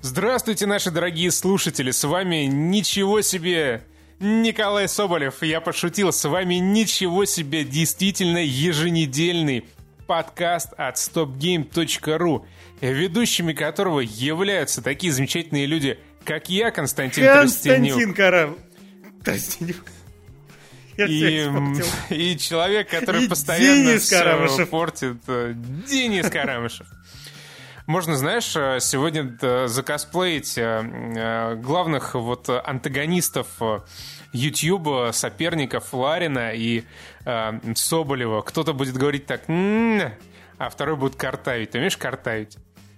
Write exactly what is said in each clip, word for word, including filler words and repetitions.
Здравствуйте, наши дорогие слушатели, с вами ничего себе Николай Соболев. Я пошутил, с вами ничего себе действительно еженедельный подкаст от стоп гейм точка ру, ведущими которого являются такие замечательные люди, как я, Константин Тростенюк. Константин Карам. Тростенюк. И, и человек, который и постоянно Денис все Карамышев. портит, Денис Карамышев. Можно, знаешь, сегодня закосплеить главных вот антагонистов Ютьюба, соперников Ларина и Соболева. Кто-то будет говорить так, м-м-м", а второй будет картавить. Ты умеешь картавить?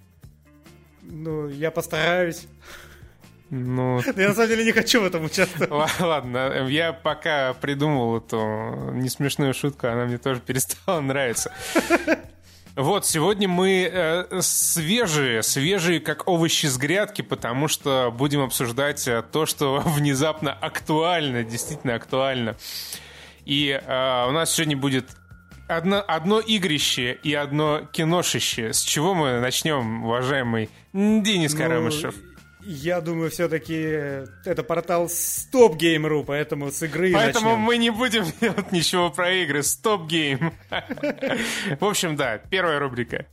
Ну, я постараюсь. Ну... Я на самом деле не хочу в этом участвовать. Ладно, я пока придумал эту несмешную шутку, она мне тоже перестала нравиться. Вот, сегодня мы э, свежие, свежие как овощи с грядки, потому что будем обсуждать то, что внезапно актуально, действительно актуально. И э, у нас сегодня будет одно, одно игрище и одно киношище. С чего мы начнем, уважаемый Денис Карамышев? Ну... Я думаю, все-таки это портал стоп гейм точка ру, поэтому с игры Поэтому начнем. мы не будем делать ничего про игры. стоп гейм. В общем, да, первая рубрика.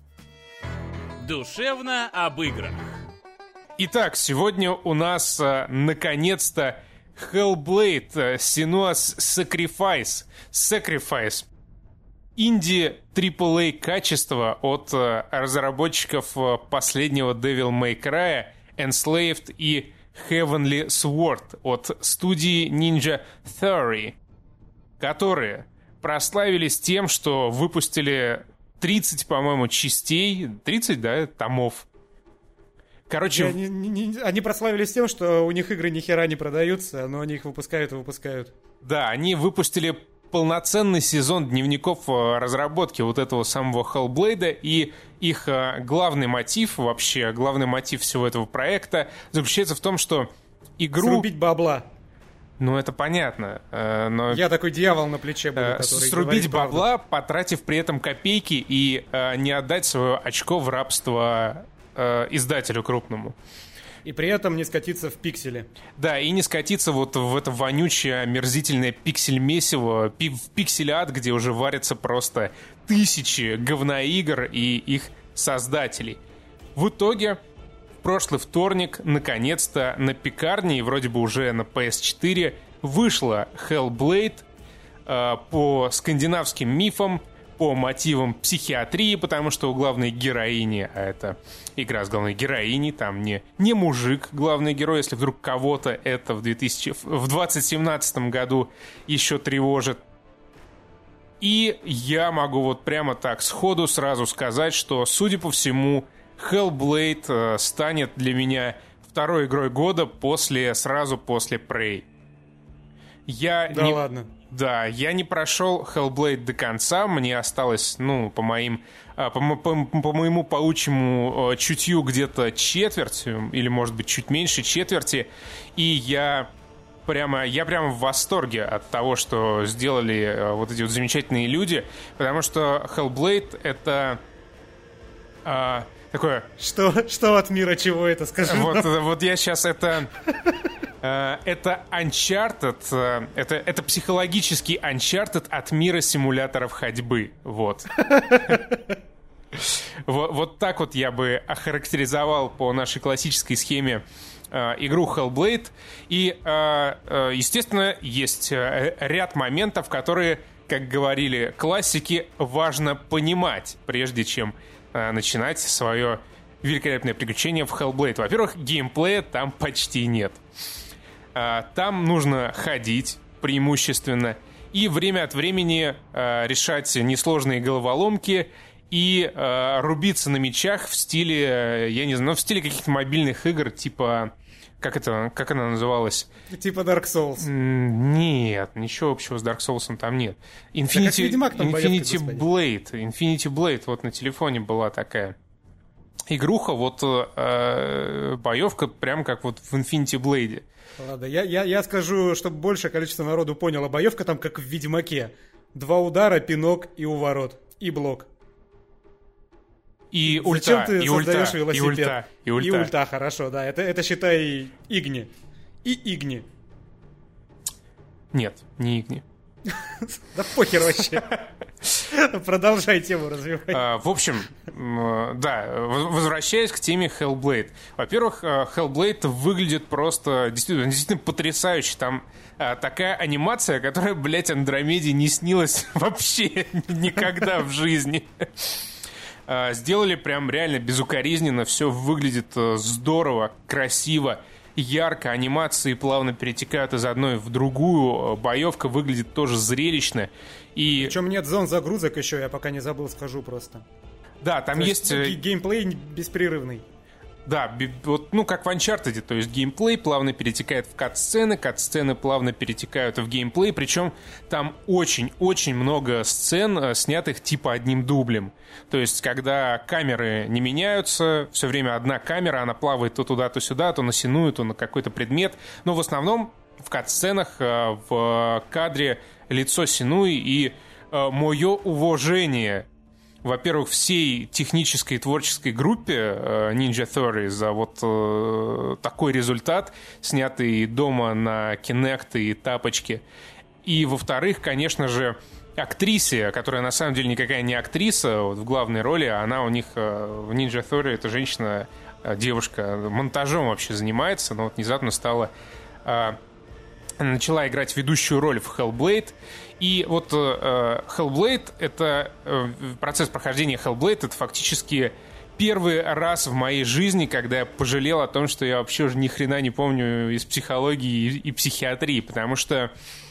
Душевно об играх. Итак, сегодня у нас наконец-то Hellblade Senua's Sacrifice. Sacrifice. Инди трипл эй качество от разработчиков последнего Devil May Cry, Enslaved и Heavenly Sword от студии Ninja Theory, которые прославились тем, что выпустили тридцать, по-моему, частей, тридцать, да, томов. Короче... Они, не, они прославились тем, что у них игры ни хера не продаются, но они их выпускают и выпускают. Да, они выпустили полноценный сезон дневников разработки вот этого самого Hellblade, и их главный мотив, вообще главный мотив всего этого проекта заключается в том, что игру... Срубить бабла. Ну, это понятно, но... Я такой дьявол на плече буду, который Срубить бабла, правду. потратив при этом копейки и не отдать свое очко в рабство издателю крупному. И при этом не скатиться в пиксели. Да, и не скатиться вот в это вонючее, омерзительное пиксель-месиво, пи- в пиксель-ад, где уже варятся просто тысячи говноигр и их создателей. В итоге, в прошлый вторник, наконец-то, на пекарне, и вроде бы уже на пи эс четыре, вышла Hellblade э, по скандинавским мифам, по мотивам психиатрии, потому что у главной героини, а это игра с главной героиней, там не, не мужик главный герой, если вдруг кого-то это в, две тысячи, в двадцать семнадцатом году еще тревожит. И я могу вот прямо так сходу сразу сказать, что, судя по всему, Hellblade станет для меня второй игрой года после, сразу после Prey. Я да не... ладно. Да, я не прошел Hellblade до конца, мне осталось, ну, по моим, по, по, по моему паучьему чутью где-то четверть, или, может быть, чуть меньше четверти, и я прямо, я прямо в восторге от того, что сделали вот эти вот замечательные люди, потому что Hellblade — это а, такое... Что, что от мира чего это, скажи? Вот, вот я сейчас это... Это Uncharted, это, это психологический Uncharted от мира симуляторов ходьбы. Вот. вот. Вот так вот я бы охарактеризовал по нашей классической схеме э, игру Hellblade. И, э, э, естественно, есть ряд моментов, которые, как говорили классики, важно понимать, прежде чем э, начинать свое великолепное приключение в Hellblade. Во-первых, геймплея там почти нет. Там нужно ходить преимущественно и время от времени э, решать несложные головоломки и э, рубиться на мечах в стиле, я не знаю, ну, в стиле каких-то мобильных игр, типа, как это, как она называлась? Типа Dark Souls. Нет, ничего общего с Dark Souls там нет. Infinity, да там Infinity боевка, Blade, Infinity Blade, вот на телефоне была такая игруха, вот э, боевка прям как вот в Infinity Blade. Ладно, я, я, я скажу, чтобы большее количество народу поняло. Боевка там как в Ведьмаке. Два удара, пинок и уворот. И блок. И ульта, Зачем ты и создаешь ульта, велосипед? и ульта, и ульта. И ульта, хорошо, да. Это, это считай Игни. И Игни. Нет, не Игни. Да похер вообще. Продолжай тему развивать. А, в общем, да, возвращаясь к теме Hellblade. Во-первых, Hellblade выглядит просто действительно, действительно потрясающе. Там а, такая анимация, которая, блядь, Андромеде не снилась вообще никогда в жизни. А, сделали прям реально безукоризненно. Все выглядит здорово, красиво, ярко. Анимации плавно перетекают из одной в другую. Боевка выглядит тоже зрелищно. И... Причем нет зон загрузок еще, я пока не забыл, скажу просто. Да, там то есть... есть геймплей беспрерывный. Да, вот, ну, как в Uncharted, то есть геймплей плавно перетекает в кат-сцены, кат-сцены плавно перетекают в геймплей, причем там очень-очень много сцен, снятых типа одним дублем. То есть, когда камеры не меняются, все время одна камера, она плавает то туда, то сюда, то на Синую, то на какой-то предмет, но в основном в кат-сценах в кадре лицо Синуи и мое уважение, во-первых, всей технической и творческой группе Ninja Theory за вот э, такой результат, снятый дома на Kinect и тапочке. И, во-вторых, конечно же, актрисе, которая на самом деле никакая не актриса, вот в главной роли, она у них э, в Ninja Theory, эта женщина, э, девушка, монтажом вообще занимается, но вот внезапно стала... Э, начала играть ведущую роль в Hellblade. И вот э, Hellblade, это э, процесс прохождения Hellblade, это фактически первый раз в моей жизни, когда я пожалел о том, что я вообще уже ни хрена не помню из психологии и, и психиатрии, потому что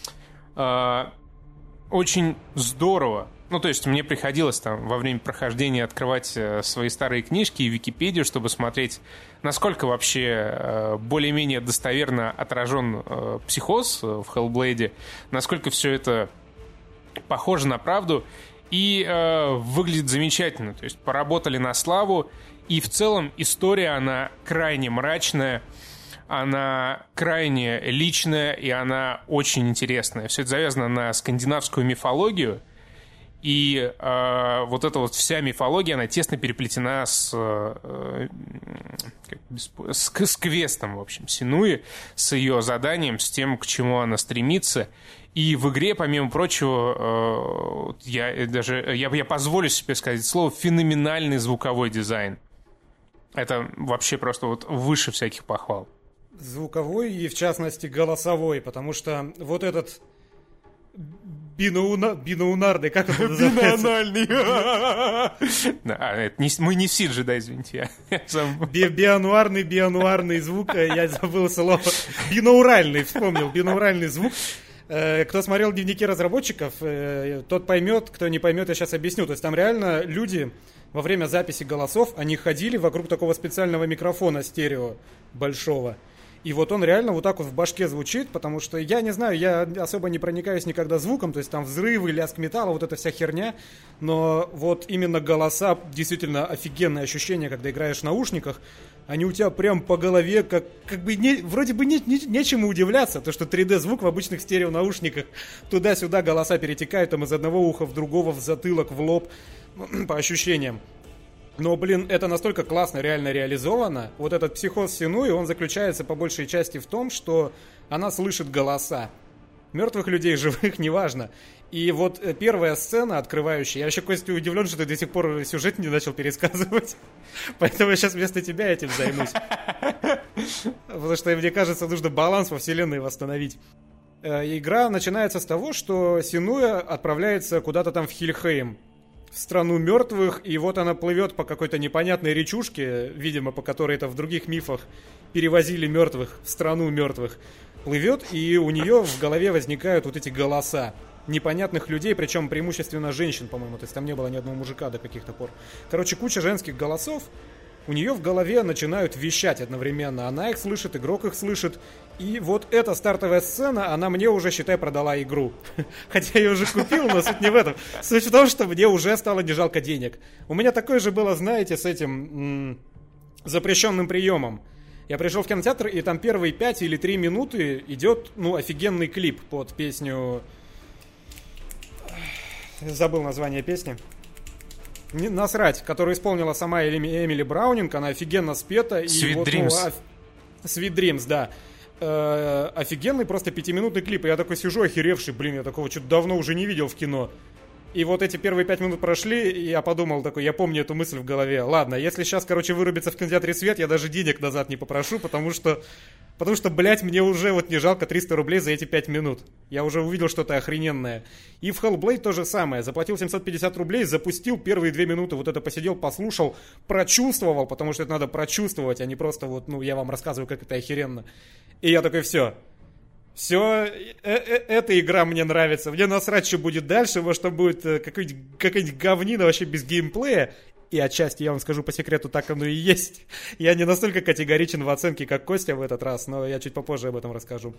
э, очень здорово. Ну, то есть мне приходилось там во время прохождения открывать э, свои старые книжки и Википедию, чтобы смотреть, насколько вообще э, более-менее достоверно отражен э, психоз в Hellblade, насколько все это похоже на правду и э, выглядит замечательно. То есть поработали на славу, и в целом история, она крайне мрачная, она крайне личная, и она очень интересная. Все это завязано на скандинавскую мифологию, и э, вот эта вот вся мифология, она тесно переплетена с, э, как, с, с квестом, в общем, Синуи, с ее заданием, с тем, к чему она стремится. И в игре, помимо прочего, э, я даже я, я позволю себе сказать слово «феноменальный звуковой дизайн». Это вообще просто вот выше всяких похвал. Звуковой и, в частности, голосовой, потому что вот этот... Биноуна... Биноунарный, как это называется? Бинональный. Мы не в Сидже, да, извините. Бионуарный, бионуарный звук, я забыл слово. Бинауральный, вспомнил, бинауральный звук. Кто смотрел дневники разработчиков, тот поймет, кто не поймет, я сейчас объясню. То есть там реально люди во время записи голосов, они ходили вокруг такого специального микрофона стерео большого. И вот он реально вот так вот в башке звучит, потому что, я не знаю, я особо не проникаюсь никогда звуком, то есть там взрывы, лязг металла, вот эта вся херня, но вот именно голоса, действительно офигенное ощущение, когда играешь в наушниках, они у тебя прям по голове, как, как бы не, вроде бы не, не, нечему удивляться, то что три дэ-звук в обычных стереонаушниках, туда-сюда голоса перетекают там из одного уха в другого, в затылок, в лоб, по ощущениям. Но, блин, это настолько классно реально реализовано. Вот этот психоз Синуи, он заключается по большей части в том, что она слышит голоса. Мертвых людей, живых, неважно. И вот первая сцена открывающая... Я вообще, Костя, удивлен, что ты до сих пор сюжет не начал пересказывать. Поэтому я сейчас вместо тебя этим займусь. Потому что, мне кажется, нужно баланс во вселенной восстановить. Игра начинается с того, что Синуя отправляется куда-то там в Хильхейм, в страну мертвых, и вот она плывет по какой-то непонятной речушке, видимо, по которой это в других мифах перевозили мертвых в страну мертвых. Плывет, и у нее в голове возникают вот эти голоса непонятных людей, причем преимущественно женщин, по-моему, то есть там не было ни одного мужика до каких-то пор. Короче, куча женских голосов у нее в голове начинают вещать одновременно. Она их слышит, игрок их слышит. И вот эта стартовая сцена, она мне уже, считай, продала игру. Хотя я ее уже купил, но суть не в этом. Суть в том, что мне уже стало не жалко денег. У меня такое же было, знаете, с этим м- запрещенным приемом. Я пришел в кинотеатр, и там первые пять или три минуты идет, ну, офигенный клип под песню... Забыл название песни. Не, насрать, которую исполнила сама Эми, Эмили Браунинг, она офигенно спета. Sweet и вот, Dreams. Ну, оф... Sweet Dreams, да. Э, офигенный просто пятиминутный клип. И я такой сижу охеревший, блин, я такого что-то давно уже не видел в кино. И вот эти первые пять минут прошли, и я подумал такой, я помню эту мысль в голове. Ладно, если сейчас, короче, вырубится в кинотеатре свет, я даже денег назад не попрошу, потому что, потому что, блядь, мне уже вот не жалко триста рублей за эти пять минут. Я уже увидел что-то охрененное. И в Hellblade то же самое. Заплатил семьсот пятьдесят рублей, запустил первые две минуты, вот это посидел, послушал, прочувствовал, потому что это надо прочувствовать, а не просто вот, ну, я вам рассказываю, как это охеренно. И я такой, все. Все, э -э эта игра мне нравится. Мне насрать, что будет дальше, может, там будет какая-нибудь, какая-нибудь говнина вообще без геймплея. И отчасти, я вам скажу по секрету, так оно и есть. Я не настолько категоричен в оценке, как Костя в этот раз, но я чуть попозже об этом расскажу.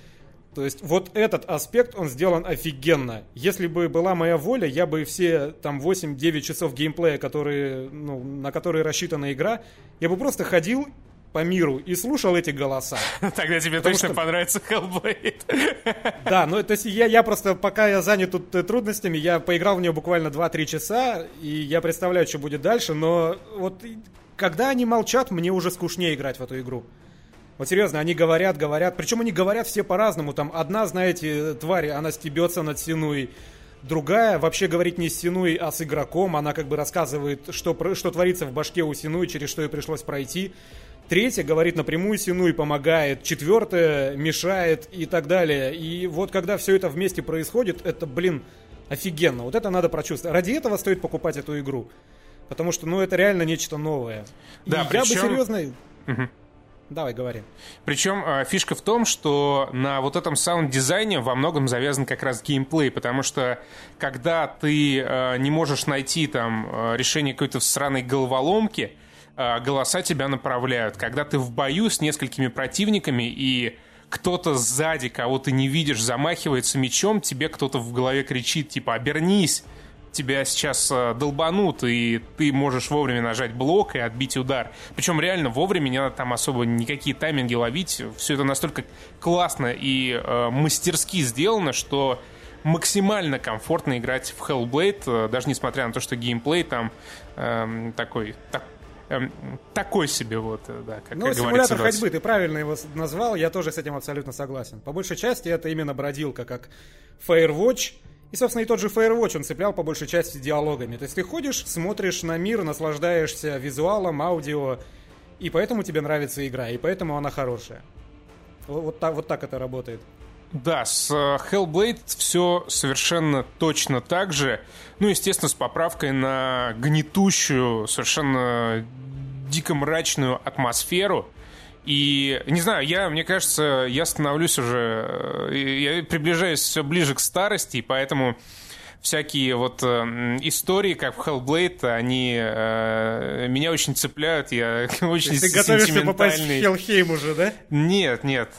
То есть вот этот аспект, он сделан офигенно. Если бы была моя воля, я бы все там восемь-девять часов геймплея, которые, ну, на которые рассчитана игра, я бы просто ходил по миру и слушал эти голоса. Тогда тебе Потому точно что... понравится Hellblade. Да, ну то есть я, я просто, пока я занят тут трудностями, я поиграл в нее буквально два-три часа, и я представляю, что будет дальше, но вот когда они молчат, мне уже скучнее играть в эту игру. Вот серьезно, они говорят, говорят, причем они говорят все по-разному, там одна, знаете, тварь, она стебется над Синуей, другая вообще говорит не с Синуей, а с игроком, она как бы рассказывает, что, что творится в башке у Синуи, через что ей пришлось пройти. Третья говорит напрямую Синуи, помогает. Четвертая мешает и так далее. И вот когда все это вместе происходит, это, блин, офигенно. Вот это надо прочувствовать. Ради этого стоит покупать эту игру. Потому что, ну, это реально нечто новое. Да, и причем... я бы серьезно... Угу. Давай, говори. Причем э, фишка в том, что на вот этом саунд-дизайне во многом завязан как раз геймплей, потому что когда ты э, не можешь найти там э, решение какой-то сраной головоломки, голоса тебя направляют. Когда ты в бою с несколькими противниками, и кто-то сзади, кого ты не видишь, замахивается мечом, тебе кто-то в голове кричит, типа, обернись, тебя сейчас долбанут, и ты можешь вовремя нажать блок и отбить удар. Причем реально вовремя, не надо там особо никакие тайминги ловить. Все это настолько классно и э, мастерски сделано, что максимально комфортно играть в Hellblade, даже несмотря на то, что геймплей там э, такой... Так, такой себе вот, да, как, ну, как симулятор говорится. ходьбы, ты правильно его назвал, я тоже с этим абсолютно согласен. По большей части это именно бродилка, как Firewatch. И, собственно, и тот же Firewatch, он цеплял по большей части диалогами. То есть ты ходишь, смотришь на мир, наслаждаешься визуалом, аудио, и поэтому тебе нравится игра, и поэтому она хорошая. Вот, вот, так, вот так это работает. Да, с Hellblade все совершенно точно так же. Ну, естественно, с поправкой на гнетущую, совершенно дико мрачную атмосферу. И, не знаю, я, мне кажется, я становлюсь уже... Я приближаюсь все ближе к старости, и поэтому всякие вот э, истории, как в Hellblade, они э, меня очень цепляют. Я очень ты готовишься попасть в сентиментальный. Хелхейм уже, да? Нет, нет.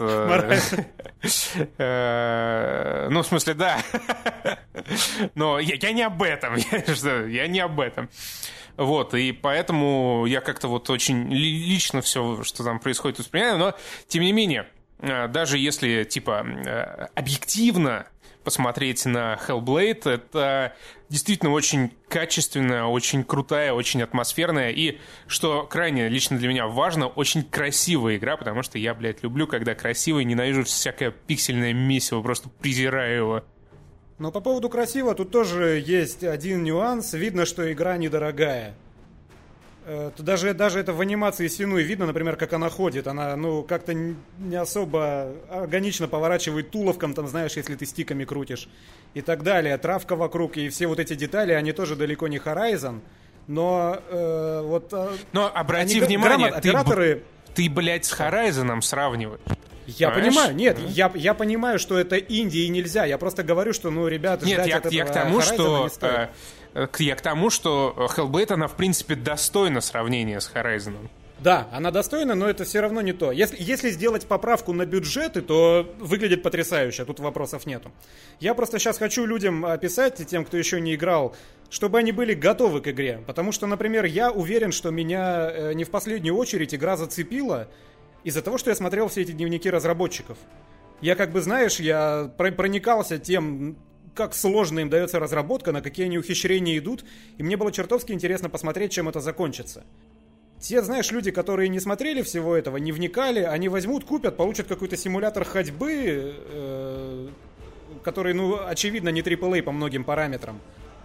Ну, в смысле, да. Но я не об этом. Я не об этом. Вот, и поэтому я как-то вот очень лично все, что там происходит, воспринимаю. Но, тем не менее, даже если, типа, объективно посмотреть на Hellblade, это действительно очень качественная, очень крутая, очень атмосферная и, что крайне лично для меня важно, очень красивая игра, потому что я, блядь, люблю, когда красиво, и ненавижу всякое пиксельное месиво, просто презираю его. Но по поводу красиво, тут тоже есть один нюанс. Видно, что игра недорогая. Даже, даже это в анимации Синуи видно, например, как она ходит. Она, ну, как-то не особо органично поворачивает туловком, там, знаешь, если ты стиками крутишь. И так далее. Травка вокруг и все вот эти детали, они тоже далеко не Horizon. Но э, вот... Но обрати они, внимание, операторы... ты, ты, блядь, с Horizon сравниваешь. Я Понимаешь? понимаю, нет, mm-hmm. я, я понимаю, что это инди и нельзя. Я просто говорю, что, ну, ребята, нет, ждать я, от этого я к тому, что, не стоит. э, я к тому, что Hellblade, она, в принципе, достойна сравнения с Horizon. Да, она достойна, но это все равно не то. Если, если сделать поправку на бюджеты, то выглядит потрясающе, тут вопросов нету. Я просто сейчас хочу людям описать, тем, кто еще не играл, чтобы они были готовы к игре. Потому что, например, я уверен, что меня э, не в последнюю очередь игра зацепила из-за того, что я смотрел все эти дневники разработчиков. Я как бы, знаешь, я проникался тем, как сложно им дается разработка, на какие они ухищрения идут, и мне было чертовски интересно посмотреть, чем это закончится. Те, знаешь, люди, которые не смотрели всего этого, не вникали, они возьмут, купят, получат какой-то симулятор ходьбы, э, который, ну, очевидно, не трипл эй по многим параметрам.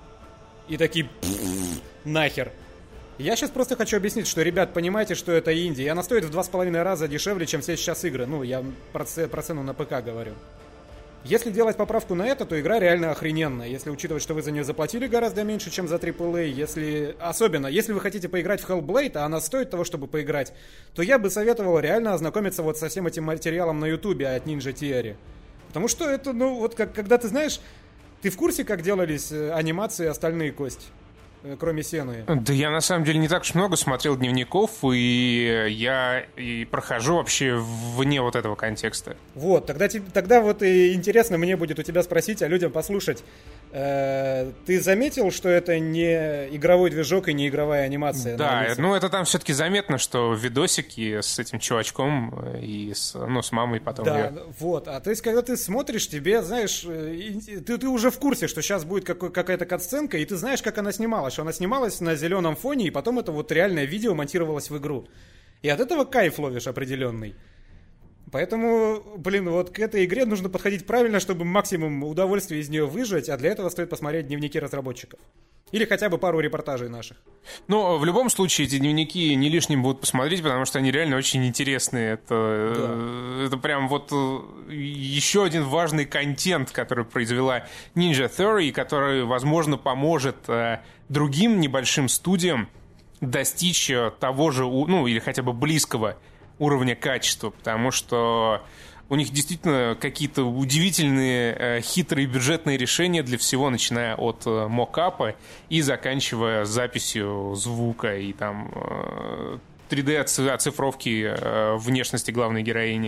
И такие, нахер. Я сейчас просто хочу объяснить, что, ребят, понимаете, что это инди. И она стоит в два с половиной раза дешевле, чем все сейчас игры. Ну, я про, про цену на ПК говорю. Если делать поправку на это, то игра реально охрененная. Если учитывать, что вы за нее заплатили гораздо меньше, чем за трипл эй, если... особенно, если вы хотите поиграть в Hellblade, а она стоит того, чтобы поиграть, то я бы советовал реально ознакомиться вот со всем этим материалом на ютубе от Ninja Theory. Потому что это, ну, вот как, когда ты знаешь... Ты в курсе, как делались анимации остальные, Кость? Кроме Сенуи. Да я на самом деле не так уж много смотрел дневников, и я и прохожу вообще вне вот этого контекста. Вот, тогда, тогда вот и интересно мне будет у тебя спросить, а людям послушать. Э, ты заметил, что это не игровой движок и не игровая анимация? Да, ну это там все-таки заметно, что видосики с этим чувачком и с, ну, с мамой потом. Да, ее... вот. А то есть, когда ты смотришь, тебе, знаешь, ты, ты уже в курсе, что сейчас будет какой, какая-то катсценка, и ты знаешь, как она снималась, что она снималась на зеленом фоне, и потом это вот реальное видео монтировалось в игру. И от этого кайф ловишь определенный. Поэтому, блин, вот к этой игре нужно подходить правильно, чтобы максимум удовольствия из нее выжать, а для этого стоит посмотреть дневники разработчиков. Или хотя бы пару репортажей наших. Ну, в любом случае, эти дневники не лишним будут посмотреть, потому что они реально очень интересные. Это, да. это прям вот еще один важный контент, который произвела Ninja Theory, который, возможно, поможет другим небольшим студиям достичь того же, ну, или хотя бы близкого уровня качества, потому что у них действительно какие-то удивительные э, хитрые бюджетные решения для всего, начиная от э, мокапа и заканчивая записью звука и там э, три дэ оцифровки э, внешности главной героини.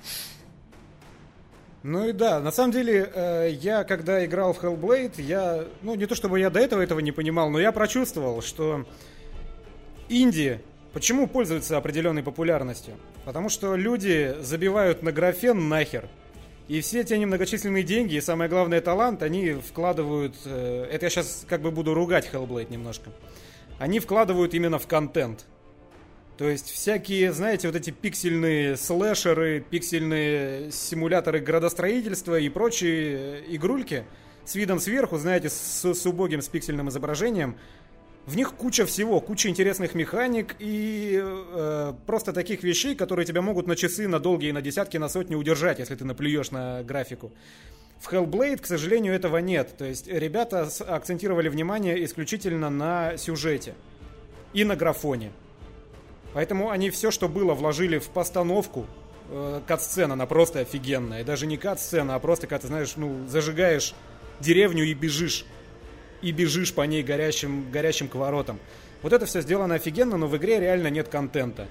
Ну и да, на самом деле, э, я когда играл в Hellblade, я, ну не то чтобы я до этого этого не понимал, но я прочувствовал, что инди почему пользуются определенной популярностью? Потому что люди забивают на графен нахер. И все те немногочисленные деньги, и самое главное талант, они вкладывают... Э, это я сейчас как бы буду ругать Hellblade немножко. Они вкладывают именно в контент. То есть всякие, знаете, вот эти пиксельные слэшеры, пиксельные симуляторы градостроительства и прочие игрульки с видом сверху, знаете, с, с убогим, с пиксельным изображением. В них куча всего, куча интересных механик и э, просто таких вещей, которые тебя могут на часы, на долгие, на десятки, на сотни удержать, если ты наплюешь на графику. В Hellblade, к сожалению, этого нет. То есть ребята акцентировали внимание исключительно на сюжете и на графоне. Поэтому они все, что было, вложили в постановку. Э, кат-сцена, она просто офигенная. И даже не кат-сцена, а просто, когда ты, знаешь, ну, зажигаешь деревню и бежишь. И бежишь по ней горящим, горящим к воротам. Вот это все сделано офигенно, но в игре реально нет контента.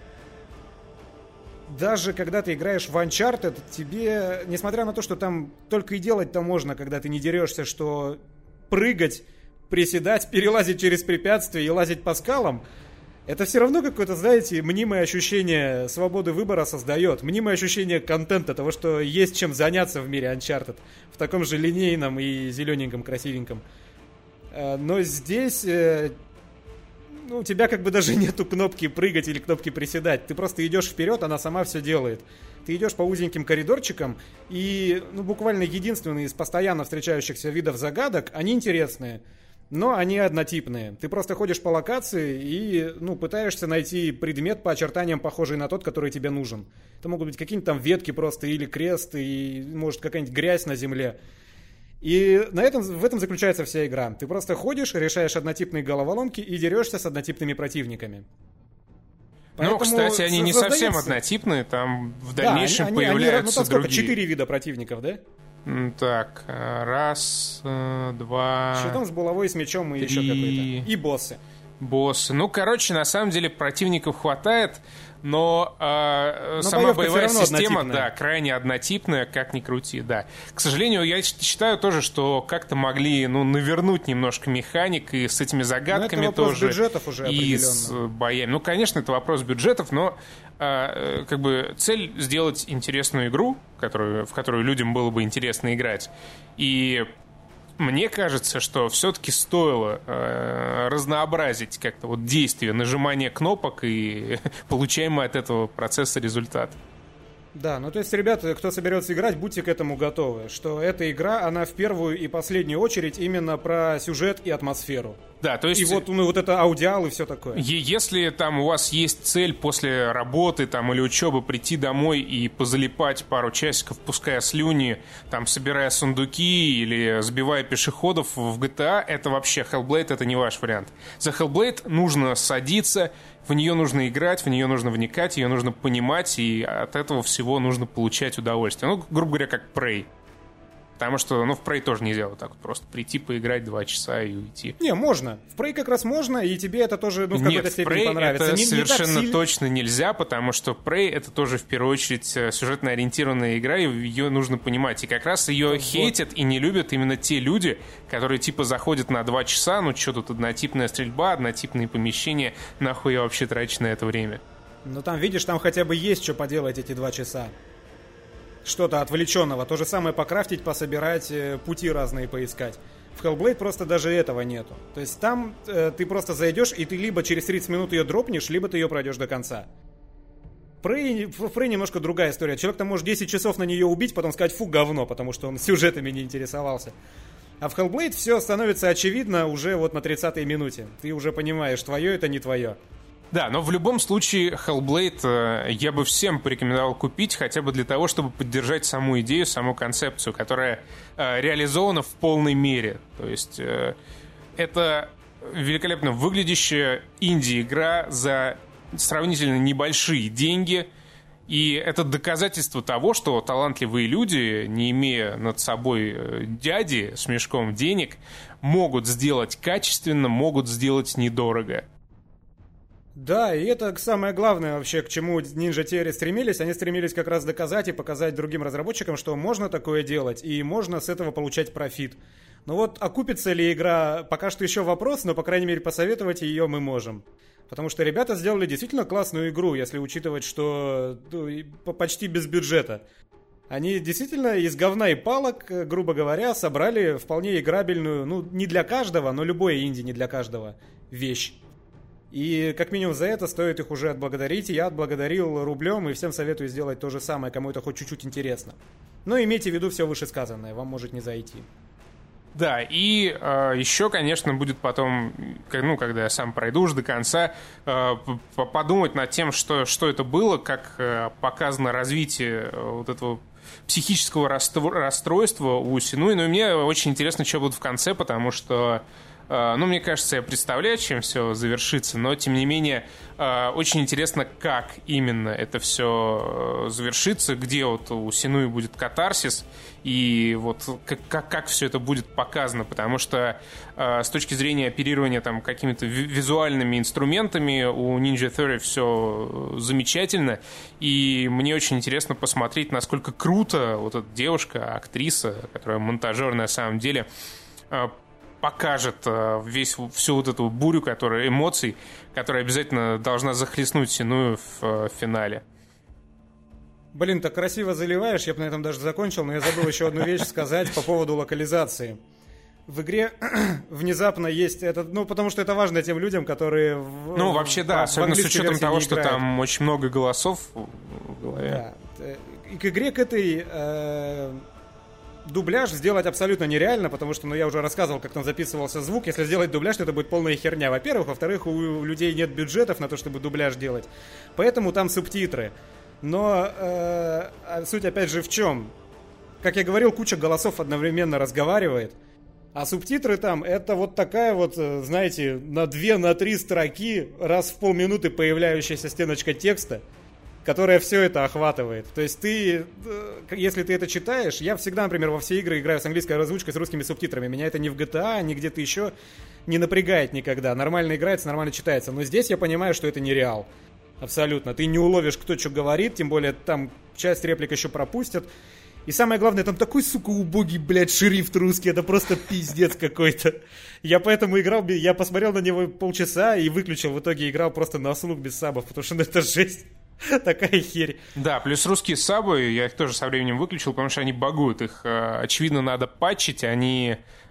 Даже когда ты играешь в Uncharted, тебе, несмотря на то, что там только и делать-то можно, когда ты не дерешься, что прыгать, приседать, перелазить через препятствия и лазить по скалам, это все равно какое-то, знаете, мнимое ощущение свободы выбора создает. Мнимое ощущение контента, того, что есть чем заняться в мире Uncharted. В таком же линейном и зелененьком, красивеньком. Но здесь ну, у тебя как бы даже нету кнопки прыгать или кнопки приседать. Ты просто идешь вперед, она сама все делает. Ты идешь по узеньким коридорчикам, и ну, буквально единственные из постоянно встречающихся видов загадок, они интересные, но они однотипные. Ты просто ходишь по локации и ну, пытаешься найти предмет по очертаниям, похожий на тот, который тебе нужен. Это могут быть какие-нибудь там ветки просто, или крест, и может какая-нибудь грязь на земле. И на этом, в этом заключается вся игра. Ты просто ходишь, решаешь однотипные головоломки и дерешься с однотипными противниками. Поэтому ну, кстати, они не совсем однотипные, там в дальнейшем да, они, появляются они, ну, там сколько, другие. Четыре вида противников, да? Так, раз, два... Щитом с булавой, с мечом и три... еще какой-то. И боссы. Боссы. Ну, короче, на самом деле противников хватает, но, э, но сама боевая система, да, крайне однотипная, как ни крути, да. К сожалению, я считаю тоже, что как-то могли, ну, навернуть немножко механик и с этими загадками но это вопрос тоже. Бюджетов уже и с боями. Ну, конечно, это вопрос бюджетов, но э, как бы цель сделать интересную игру, которую, в которую людям было бы интересно играть. И Мне кажется, что все-таки стоило э, разнообразить как-то вот действие, нажимание кнопок и получаемый от этого процесса результат. Да, ну то есть, ребята, кто соберется играть, будьте к этому готовы, что эта игра, она в первую и последнюю очередь именно про сюжет и атмосферу. Да, то есть... И вот, ну, вот это аудиал и все такое. Если там у вас есть цель после работы там, или учебы прийти домой и позалипать пару часиков, пуская слюни, там, собирая сундуки или сбивая пешеходов в джи ти эй, это вообще Hellblade, это не ваш вариант. За Hellblade нужно садиться, в нее нужно играть, в нее нужно вникать, ее нужно понимать, и от этого всего нужно получать удовольствие. Ну, грубо говоря, как Prey. Потому что, ну, в Prey тоже нельзя вот так вот просто прийти, поиграть два часа и уйти. Не, можно. В Prey как раз можно, и тебе это тоже, ну, в какой-то Нет, степени Prey понравится. Это не, совершенно не сильно... точно нельзя, потому что Prey это тоже в первую очередь сюжетно ориентированная игра, и ее нужно понимать. И как раз ее вот. хейтят и не любят именно те люди, которые типа заходят на два часа, ну что тут однотипная стрельба, однотипные помещения, нахуй я вообще трачу на это время. Ну там, видишь, там хотя бы есть что поделать эти два часа. Что-то отвлеченного. То же самое покрафтить, пособирать, пути разные поискать. В Hellblade просто даже этого нету. То есть там э, ты просто зайдешь, и ты либо через тридцать минут ее дропнешь, либо ты ее пройдешь до конца. В Prey, в Prey немножко другая история. Человек там может десять часов на нее убить, потом сказать фу, говно, потому что он сюжетами не интересовался. А в Hellblade все становится очевидно уже вот на тридцатой минуте. Ты уже понимаешь, твое это не твое. Да, но в любом случае Hellblade э, я бы всем порекомендовал купить, хотя бы для того, чтобы поддержать саму идею, саму концепцию, которая э, реализована в полной мере. То есть э, это великолепно выглядящая инди-игра за сравнительно небольшие деньги, и это доказательство того, что талантливые люди, не имея над собой дяди с мешком денег, могут сделать качественно, могут сделать недорого. Да, и это самое главное вообще, к чему Ninja Theory стремились. Они стремились как раз доказать и показать другим разработчикам, что можно такое делать, и можно с этого получать профит. Но вот окупится ли игра, пока что еще вопрос, но, по крайней мере, посоветовать ее мы можем. Потому что ребята сделали действительно классную игру, если учитывать, что ну, почти без бюджета. Они действительно из говна и палок, грубо говоря, собрали вполне играбельную, ну, не для каждого, но любое инди не для каждого, вещь. И как минимум за это стоит их уже отблагодарить. Я отблагодарил рублем и всем советую сделать то же самое, кому это хоть чуть-чуть интересно. Но имейте в виду все вышесказанное, вам может не зайти. Да, и э, еще, конечно, будет потом, ну, когда я сам пройду уже до конца, э, подумать над тем, что, что это было, как э, показано развитие вот этого психического расстройства у Синуи. Но и мне очень интересно, что будет в конце, потому что ну, мне кажется, я представляю, чем все завершится, но, тем не менее, очень интересно, как именно это все завершится, где вот у Синуи будет катарсис, и вот как, как, как все это будет показано, потому что с точки зрения оперирования там какими-то визуальными инструментами у Ninja Theory все замечательно, и мне очень интересно посмотреть, насколько круто вот эта девушка, актриса, которая монтажер на самом деле, покажет весь, всю вот эту бурю которая, эмоций, которая обязательно должна захлестнуть Синую в финале. Блин, так красиво заливаешь, я бы на этом даже закончил, но я забыл еще одну вещь сказать по поводу локализации. В игре внезапно есть это, ну, потому что это важно тем людям, которые в, Ну, вообще, да, в особенно с учетом того, что играют. Там очень много голосов в голове. Да. И к игре, к этой... Э- Дубляж сделать абсолютно нереально, потому что, ну, я уже рассказывал, как там записывался звук. Если сделать дубляж, то это будет полная херня, во-первых. Во-вторых, у людей нет бюджетов на то, чтобы дубляж делать. Поэтому там субтитры. Но э, суть, опять же, в чем? Как я говорил, куча голосов одновременно разговаривает. А субтитры там, это вот такая вот, знаете, на две, на три строки, раз в полминуты появляющаяся стеночка текста, которая все это охватывает. То есть ты, если ты это читаешь, я всегда, например, во все игры играю с английской озвучкой, с русскими субтитрами. Меня это ни в джи ти эй, ни где-то еще не напрягает никогда. Нормально играется, нормально читается. Но здесь я понимаю, что это нереал. Абсолютно. Ты не уловишь, кто что говорит, тем более там часть реплик еще пропустят. И самое главное, там такой, сука, убогий, блядь, шрифт русский, это просто пиздец какой-то. Я поэтому играл, я посмотрел на него полчаса и выключил, в итоге играл просто на слух без сабов, потому что ну, это жесть. Такая херь. Да, плюс русские сабы, я их тоже со временем выключил, потому что они багуют. Их, очевидно, надо патчить, они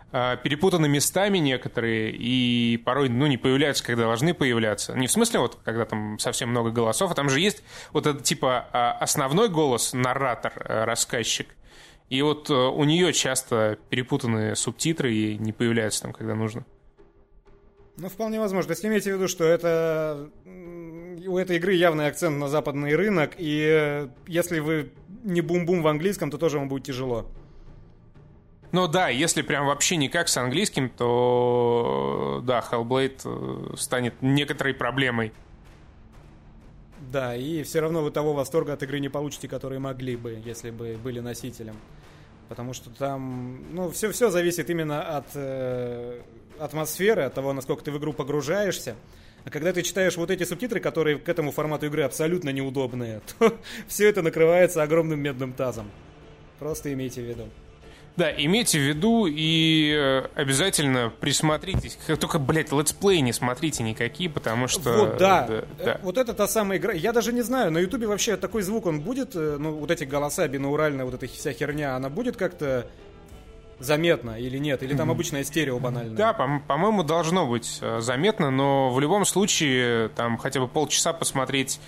э, перепутаны местами некоторые, и порой, ну, не появляются, когда должны появляться. Не в смысле, вот, когда там совсем много голосов, а там же есть вот этот, типа, э, основной голос, нарратор, э, рассказчик, и вот э, у нее часто перепутаны субтитры и не появляются там, когда нужно. Ну, вполне возможно. Если имейте в виду, что это у этой игры явный акцент на западный рынок, и если вы не бум-бум в английском, то тоже вам будет тяжело. Ну да, если прям вообще никак с английским, то да, Hellblade станет некоторой проблемой. Да, и все равно вы того восторга от игры не получите, который могли бы, если бы были носителем. Потому что там, ну, все, все зависит именно от э, атмосферы, от того, насколько ты в игру погружаешься. А когда ты читаешь вот эти субтитры, которые к этому формату игры абсолютно неудобные, то все это накрывается огромным медным тазом. Просто имейте в виду. Да, имейте в виду и обязательно присмотритесь. Только, блядь, летсплей не смотрите никакие, потому что... Вот, да. да, да. Вот это та самая игра. Я даже не знаю, на Ютубе вообще такой звук он будет, ну, вот эти голоса, бинауральная вот эта вся херня, она будет как-то заметно или нет? Или там обычное стерео банальное? Да, по- по-моему, должно быть заметно, но в любом случае, там хотя бы полчаса посмотреть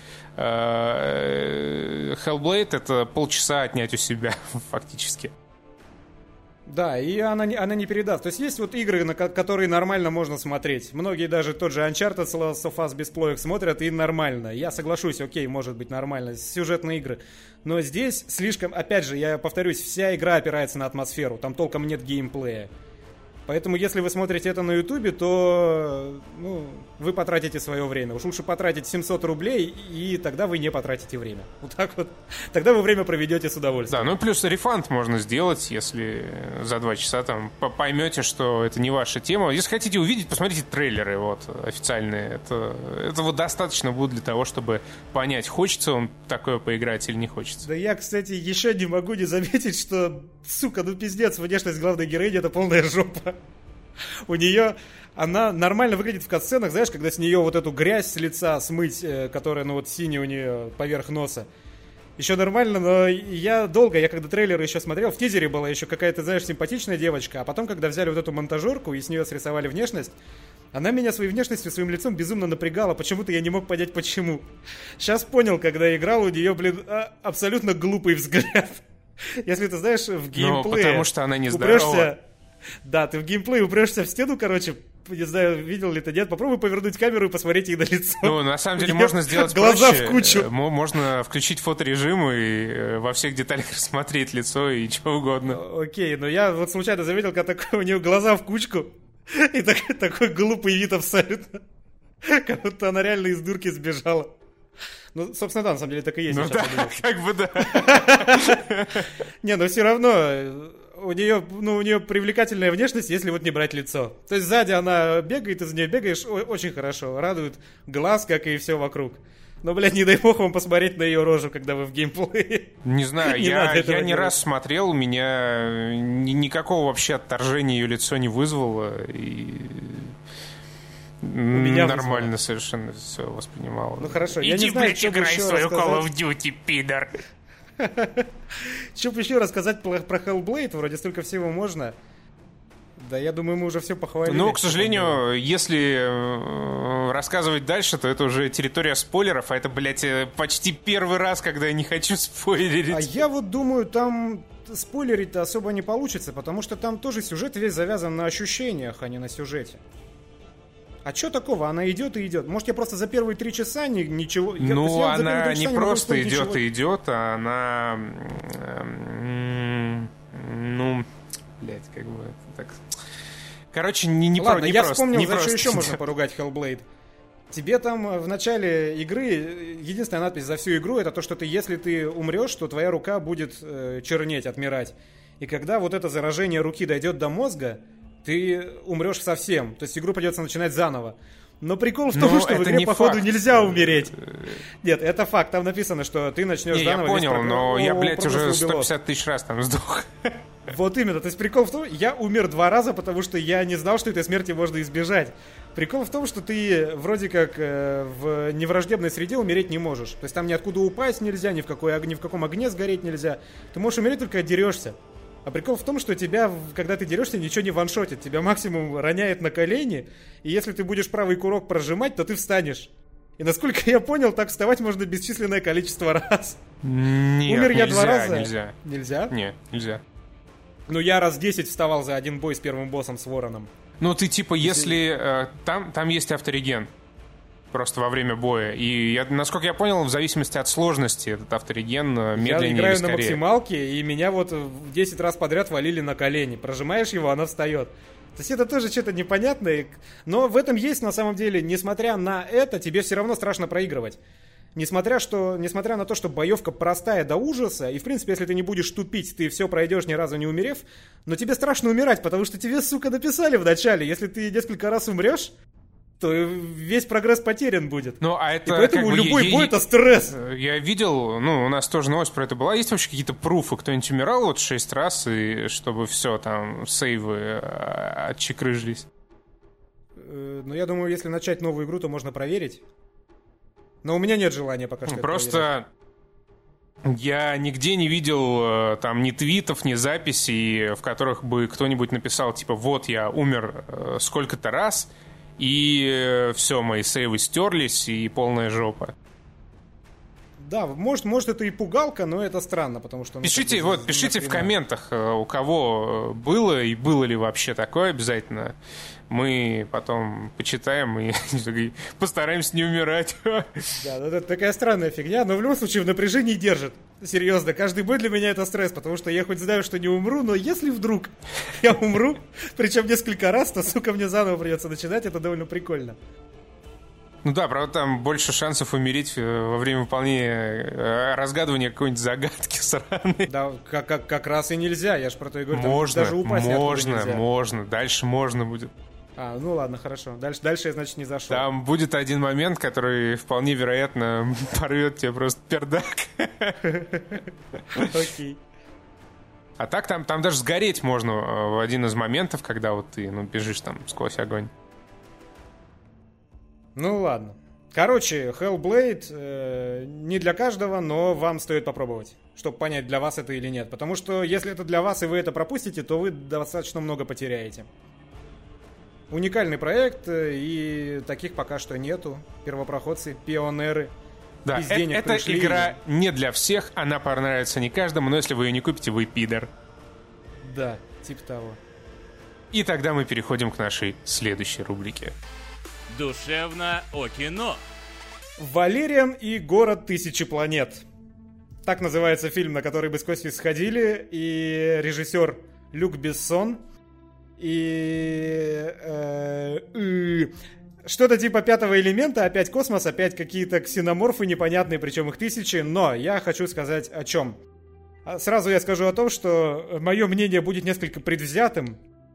э- Hellblade, это полчаса отнять у себя, фактически. Да, и она не, она не передаст. То есть есть вот игры, на которые нормально можно смотреть. Многие даже тот же Uncharted с Last of Us без плоек смотрят, и нормально. Я соглашусь, окей, может быть нормально. Сюжетные игры. Но здесь слишком, опять же, я повторюсь, вся игра опирается на атмосферу. Там толком нет геймплея. Поэтому, если вы смотрите это на Ютубе, то ну, вы потратите свое время. Уж лучше потратить семьсот рублей, и тогда вы не потратите время. Вот так вот. Тогда вы время проведете с удовольствием. Да, ну плюс рефанд можно сделать, если за два часа там поймете, что это не ваша тема. Если хотите увидеть, посмотрите трейлеры вот, официальные. Это, это вот достаточно будет для того, чтобы понять, хочется вам такое поиграть или не хочется. Да я, кстати, еще не могу не заметить, что, сука, ну пиздец, внешность главной героини — это полная жопа. У нее, она нормально выглядит в катсценах, знаешь, когда с нее вот эту грязь с лица смыть, которая, ну вот синяя у нее поверх носа. Еще нормально, но я долго, я когда трейлеры еще смотрел, в тизере была еще какая-то, знаешь, симпатичная девочка, а потом, когда взяли вот эту монтажерку и с нее срисовали внешность, она меня своей внешностью, своим лицом безумно напрягала, почему-то я не мог понять, почему. Сейчас понял, когда играл, у нее, блин, абсолютно глупый взгляд. Если ты знаешь, в геймплее... Ну, потому что она не здорова. Да, ты в геймплей упрешься в стену, короче, не знаю, видел ли ты, нет, попробуй повернуть камеру и посмотреть ей на лицо. Ну, на самом деле, можно сделать глаза проще. В кучу. Можно включить фоторежим и во всех деталях рассмотреть лицо и чего угодно. Окей, но я вот случайно заметил, когда такой, у нее глаза в кучку и такой, такой глупый вид абсолютно. Как будто она реально из дурки сбежала. Ну, собственно, да, на самом деле так и есть. Ну да, как бы да. Не, но все равно у нее, ну, у нее привлекательная внешность, если вот не брать лицо. То есть сзади она бегает, из нее бегаешь очень хорошо, радует глаз, как и все вокруг. Но, блядь, не дай бог вам посмотреть на ее рожу, когда вы в геймплее. Не знаю, не я, я не делать. раз смотрел, у меня ни, никакого вообще отторжения ее лицо не вызвало. И... У меня нормально вызвало. Совершенно все воспринимал. Ну хорошо, иди, я не знаю, блядь, играй свою Call of Duty, пидор. Что бы еще рассказать про Hellblade? Вроде столько всего можно. Да, я думаю, мы уже все похвалили. Ну, к сожалению, если рассказывать дальше, то это уже территория спойлеров, а это, блядь, почти первый раз, когда я не хочу спойлерить. А я вот думаю, там спойлерить-то особо не получится, потому что там тоже сюжет весь завязан на ощущениях, а не на сюжете. А что такого? Она идет и идет. Может, я просто за первые три часа ни, ничего... Ну, я, она не, не просто идет ничего... и идет, а она... Ну, блядь, как бы так... Короче, не, не, Ладно, про, не я просто. вспомнил, не за просто что еще идет. можно поругать Hellblade. Тебе там в начале игры единственная надпись за всю игру — это то, что ты, если ты умрешь, то твоя рука будет э, чернеть, отмирать. И когда вот это заражение руки дойдет до мозга, ты умрешь совсем. То есть игру придется начинать заново. Но прикол в том, но что в игре, походу, факт. Нельзя умереть. Нет, это факт. Там написано, что ты начнешь не, заново. Я понял, про... но О, я, блядь, уже сто пятьдесят тысяч раз там сдох. Вот именно. То есть прикол в том, я умер два раза, потому что я не знал, что этой смерти можно избежать. Прикол в том, что ты вроде как э, в невраждебной среде умереть не можешь. То есть там ниоткуда упасть нельзя, ни в, какой, ни в каком огне сгореть нельзя. Ты можешь умереть, только отдерешься. А прикол в том, что тебя, когда ты дерешься, ничего не ваншотит. Тебя максимум роняет на колени, и если ты будешь правый курок прожимать, то ты встанешь. И насколько я понял, так вставать можно бесчисленное количество раз. Нет, Умер я нельзя, два раза. нельзя. Нельзя? Нет, нельзя. Ну, я раз десять вставал за один бой с первым боссом, с Вороном. Ну, ты типа, если... Э, там, там есть автореген. Просто во время боя. И, я, насколько я понял, в зависимости от сложности этот автореген медленнее Я играю или на скорее. максималке, и меня вот десять раз подряд валили на колени. Прожимаешь его, она встает. То есть это тоже что-то непонятное. Но в этом есть, на самом деле, несмотря на это, тебе все равно страшно проигрывать. Несмотря, что, несмотря на то, что боевка простая до ужаса, и, в принципе, если ты не будешь тупить, ты все пройдешь, ни разу не умерев, но тебе страшно умирать, потому что тебе, сука, написали в начале. Если ты несколько раз умрешь, то весь прогресс потерян будет. Ну, а это и поэтому как бы любой я, бой я, это стресс. Я видел, ну, у нас тоже новость про это была. Есть вообще какие-то пруфы? Кто-нибудь умирал вот шесть раз, и чтобы все, там, сейвы отчекрыжились? Ну, я думаю, если начать новую игру, то можно проверить. Но у меня нет желания пока что. Просто я нигде не видел там ни твитов, ни записей, в которых бы кто-нибудь написал, типа, вот я умер сколько-то раз, и все, мои сейвы стерлись, и полная жопа. Да, может, может это и пугалка, но это странно, потому что... Ну, пишите, вот, пишите в комментах, у кого было и было ли вообще такое обязательно. Мы потом почитаем и постараемся не умирать. Да, это такая странная фигня, но в любом случае в напряжении держит. Серьезно, каждый бой для меня это стресс, потому что я хоть знаю, что не умру, но если вдруг я умру, причем несколько раз, то, сука, мне заново придется начинать, это довольно прикольно. Ну да, правда, там больше шансов умереть во время выполнения, разгадывания какой-нибудь загадки сраной. Да, как, как, как раз и нельзя, я ж про то и говорю. Можно, даже упасть можно, можно, дальше можно будет. А, ну ладно, хорошо. Дальше, дальше я, значит, не зашел. Там будет один момент, который вполне вероятно порвет тебе просто пердак. Окей. А так там, там даже сгореть можно в один из моментов, когда вот ты ну, бежишь там сквозь огонь. Ну ладно. Короче, Hellblade э, не для каждого, но вам стоит попробовать, чтобы понять, для вас это или нет. Потому что если это для вас и вы это пропустите, то вы достаточно много потеряете. Уникальный проект, и таких пока что нету. Первопроходцы, пионеры. Да, без э- денег эта пришли. игра не для всех, она понравится не каждому, но если вы ее не купите, вы пидор. Да, типа того. И тогда мы переходим к нашей следующей рубрике. Душевно о кино. Валериан и город тысячи планет. Так называется фильм, на который бы сквозь сходили. И режиссер Люк Бессон. И... Э, и что-то типа пятого элемента. Опять космос, опять какие-то ксеноморфы непонятные, причем их тысячи. Но я хочу сказать о чем. Сразу я скажу о том, что мое мнение будет несколько предвзятым.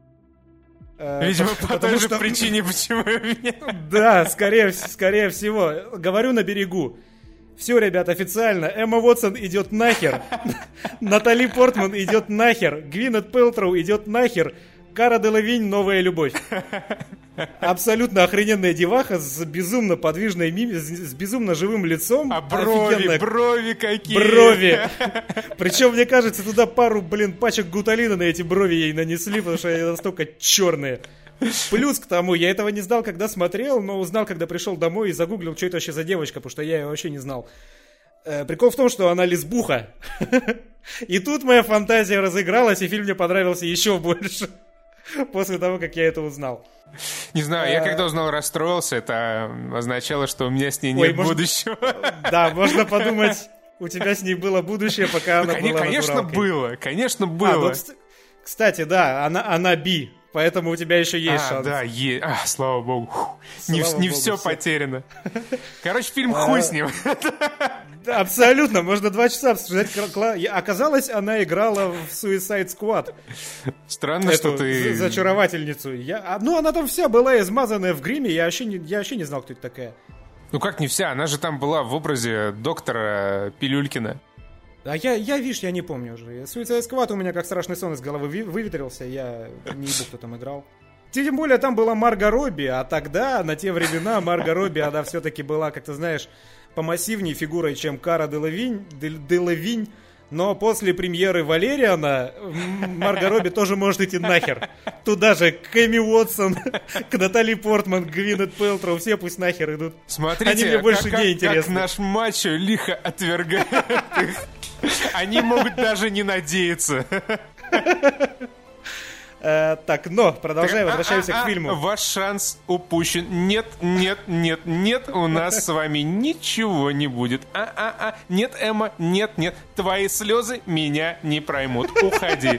Видимо, по Потому той же что... причине, почему меня... Да, скорее, скорее всего. Говорю на берегу. Все, ребят, официально. Эмма Уотсон идет нахер. Натали Портман идет нахер. Гвинет Пэлтроу идет нахер. Кара Делавинь — новая любовь. Абсолютно охрененная деваха с безумно подвижной мимикой, с безумно живым лицом. А брови, офигенная... брови какие! Брови! Причем, мне кажется, туда пару, блин, пачек гуталина на эти брови ей нанесли, потому что они настолько черные. Плюс к тому, я этого не знал, когда смотрел, но узнал, когда пришел домой и загуглил, что это вообще за девочка, потому что я ее вообще не знал. Э, прикол в том, что она лесбуха. И тут моя фантазия разыгралась, и фильм мне понравился еще больше. После того, как я это узнал. Не знаю, я когда узнал, расстроился. Это означало, что у меня с ней нет Ой, будущего. Может... Да, можно подумать, у тебя с ней было будущее, пока она ну, была конечно, натуралкой. было, конечно, было. А, ну, кстати, да, она, она би, поэтому у тебя еще есть а, шанс. Да, е... а, слава богу. Слава не богу, не все, все потеряно. Короче, фильм хуй с ним. Да, абсолютно, можно два часа обсуждать. Оказалось, она играла в Suicide Squad. Странно, Эту что ты... зачаровательницу. Я... Ну, она там вся была измазанная в гриме, я вообще, не... я вообще не знал, кто это такая. Ну как не вся, она же там была в образе доктора Пилюлькина. А я, я, видишь, я не помню уже. Suicide Squad у меня как страшный сон из головы выветрился, я не ебу, кто там играл. Тем более там была Марго Робби, а тогда, на те времена, Марго Робби, она все-таки была, как ты знаешь, помассивнее фигурой, чем Кара Делавинь, Делавинь. Но после премьеры Валериана Марго Робби тоже может идти нахер. Туда же к Эми Уотсон, к Натали Портман, к Гвинет Пэлтроу, все пусть нахер идут. Смотрите, они мне больше как, не как, как интересны. наш мачо лихо отвергает их. Они могут даже не надеяться. Э, так, но, продолжаем, Так, возвращаемся а, а, к фильму. а, Ваш шанс упущен. Нет, нет, нет, нет, у нас с вами ничего не будет. А-а-а, нет, Эмма, нет, нет, твои слезы меня не проймут. Уходи.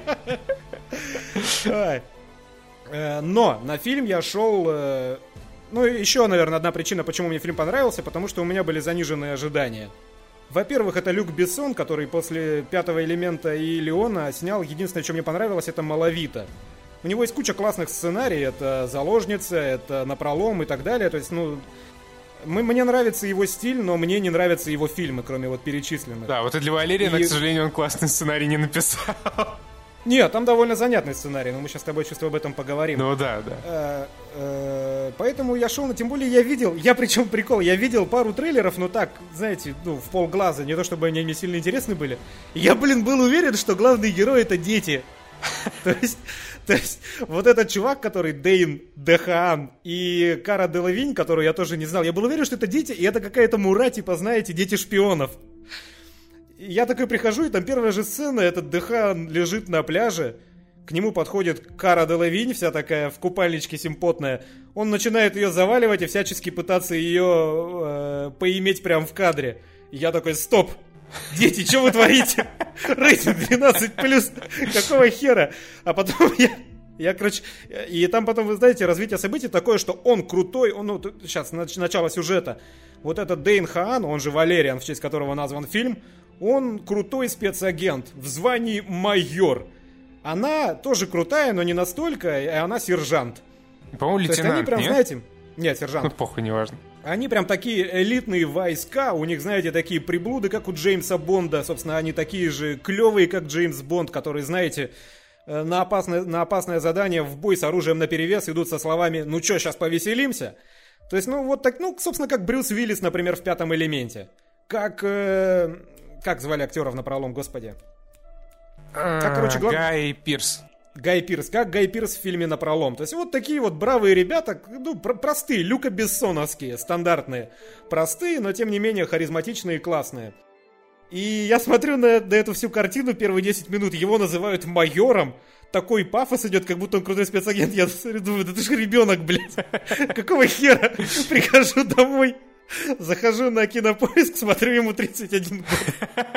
Ай. Э, Но на фильм я шел... э, Ну, еще, наверное, одна причина, почему мне фильм понравился, потому что у меня были заниженные ожидания. Во-первых, это Люк Бессон, который после «Пятого элемента» и «Леона» снял. Единственное, что мне понравилось, это «Малавита». У него есть куча классных сценариев. Это «Заложница», это «Напролом» и так далее. То есть, ну... Мне нравится его стиль, но мне не нравятся его фильмы, кроме вот перечисленных. Да, вот и для Валерия, И- к сожалению, он классный сценарий не написал. Нет, там довольно занятный сценарий, но мы сейчас с тобой, чувствую, об этом поговорим. Ну да, да. Э, э, Поэтому я шел, но тем более я видел, я причем прикол, я видел пару трейлеров, но так, знаете, ну, в полглаза, не то чтобы они мне сильно интересны были. Я, блин, был уверен, что главный герой это дети. То есть, то есть, вот этот чувак, который Дейн Дехаан, и Кара Делавинь, которую я тоже не знал, я был уверен, что это дети, и это какая-то мура, типа, знаете, дети шпионов. И я такой прихожу, и там первая же сцена, этот Дехан лежит на пляже, к нему подходит Кара Делавинь, вся такая в купальничке симпотная. Он начинает ее заваливать и всячески пытаться ее э, поиметь прямо в кадре. И я такой, стоп, дети, что вы творите? Рейтинг двенадцать плюс, какого хера? А потом я... Я, короче, и там потом, вы знаете, развитие событий такое, что он крутой, он, ну, тут сейчас, нач- начало сюжета. Вот этот Дейн Хаан, он же Валериан, в честь которого назван фильм, он крутой спецагент в звании майор. Она тоже крутая, но не настолько, и она сержант. По-моему, То есть они лейтенант, прям, нет? знаете... Нет, Ну, сержант. похуй, неважно. Они прям такие элитные войска, у них, знаете, такие приблуды, как у Джеймса Бонда. Собственно, они такие же клевые, как Джеймс Бонд, которые, знаете, э, на опасное, на опасное задание в бой с оружием наперевес идут со словами «Ну чё, сейчас повеселимся?» То есть, ну, вот так, ну, собственно, как Брюс Уиллис, например, в «Пятом элементе». Как, э, как звали актеров напролом, господи? Как, короче, глав- Гай Пирс. Гай Пирс, как Гай Пирс в фильме «Напролом». То есть вот такие вот бравые ребята, ну, про- простые, Люка Бессоновские, стандартные. Простые, но тем не менее харизматичные и классные. И я смотрю на, на эту всю картину первые десять минут, его называют майором. Такой пафос идет, как будто он крутой спецагент. Я думаю, да ты же ребенок, блядь. Какого хера? Прихожу домой, захожу на Кинопоиск, смотрю, ему тридцать один год.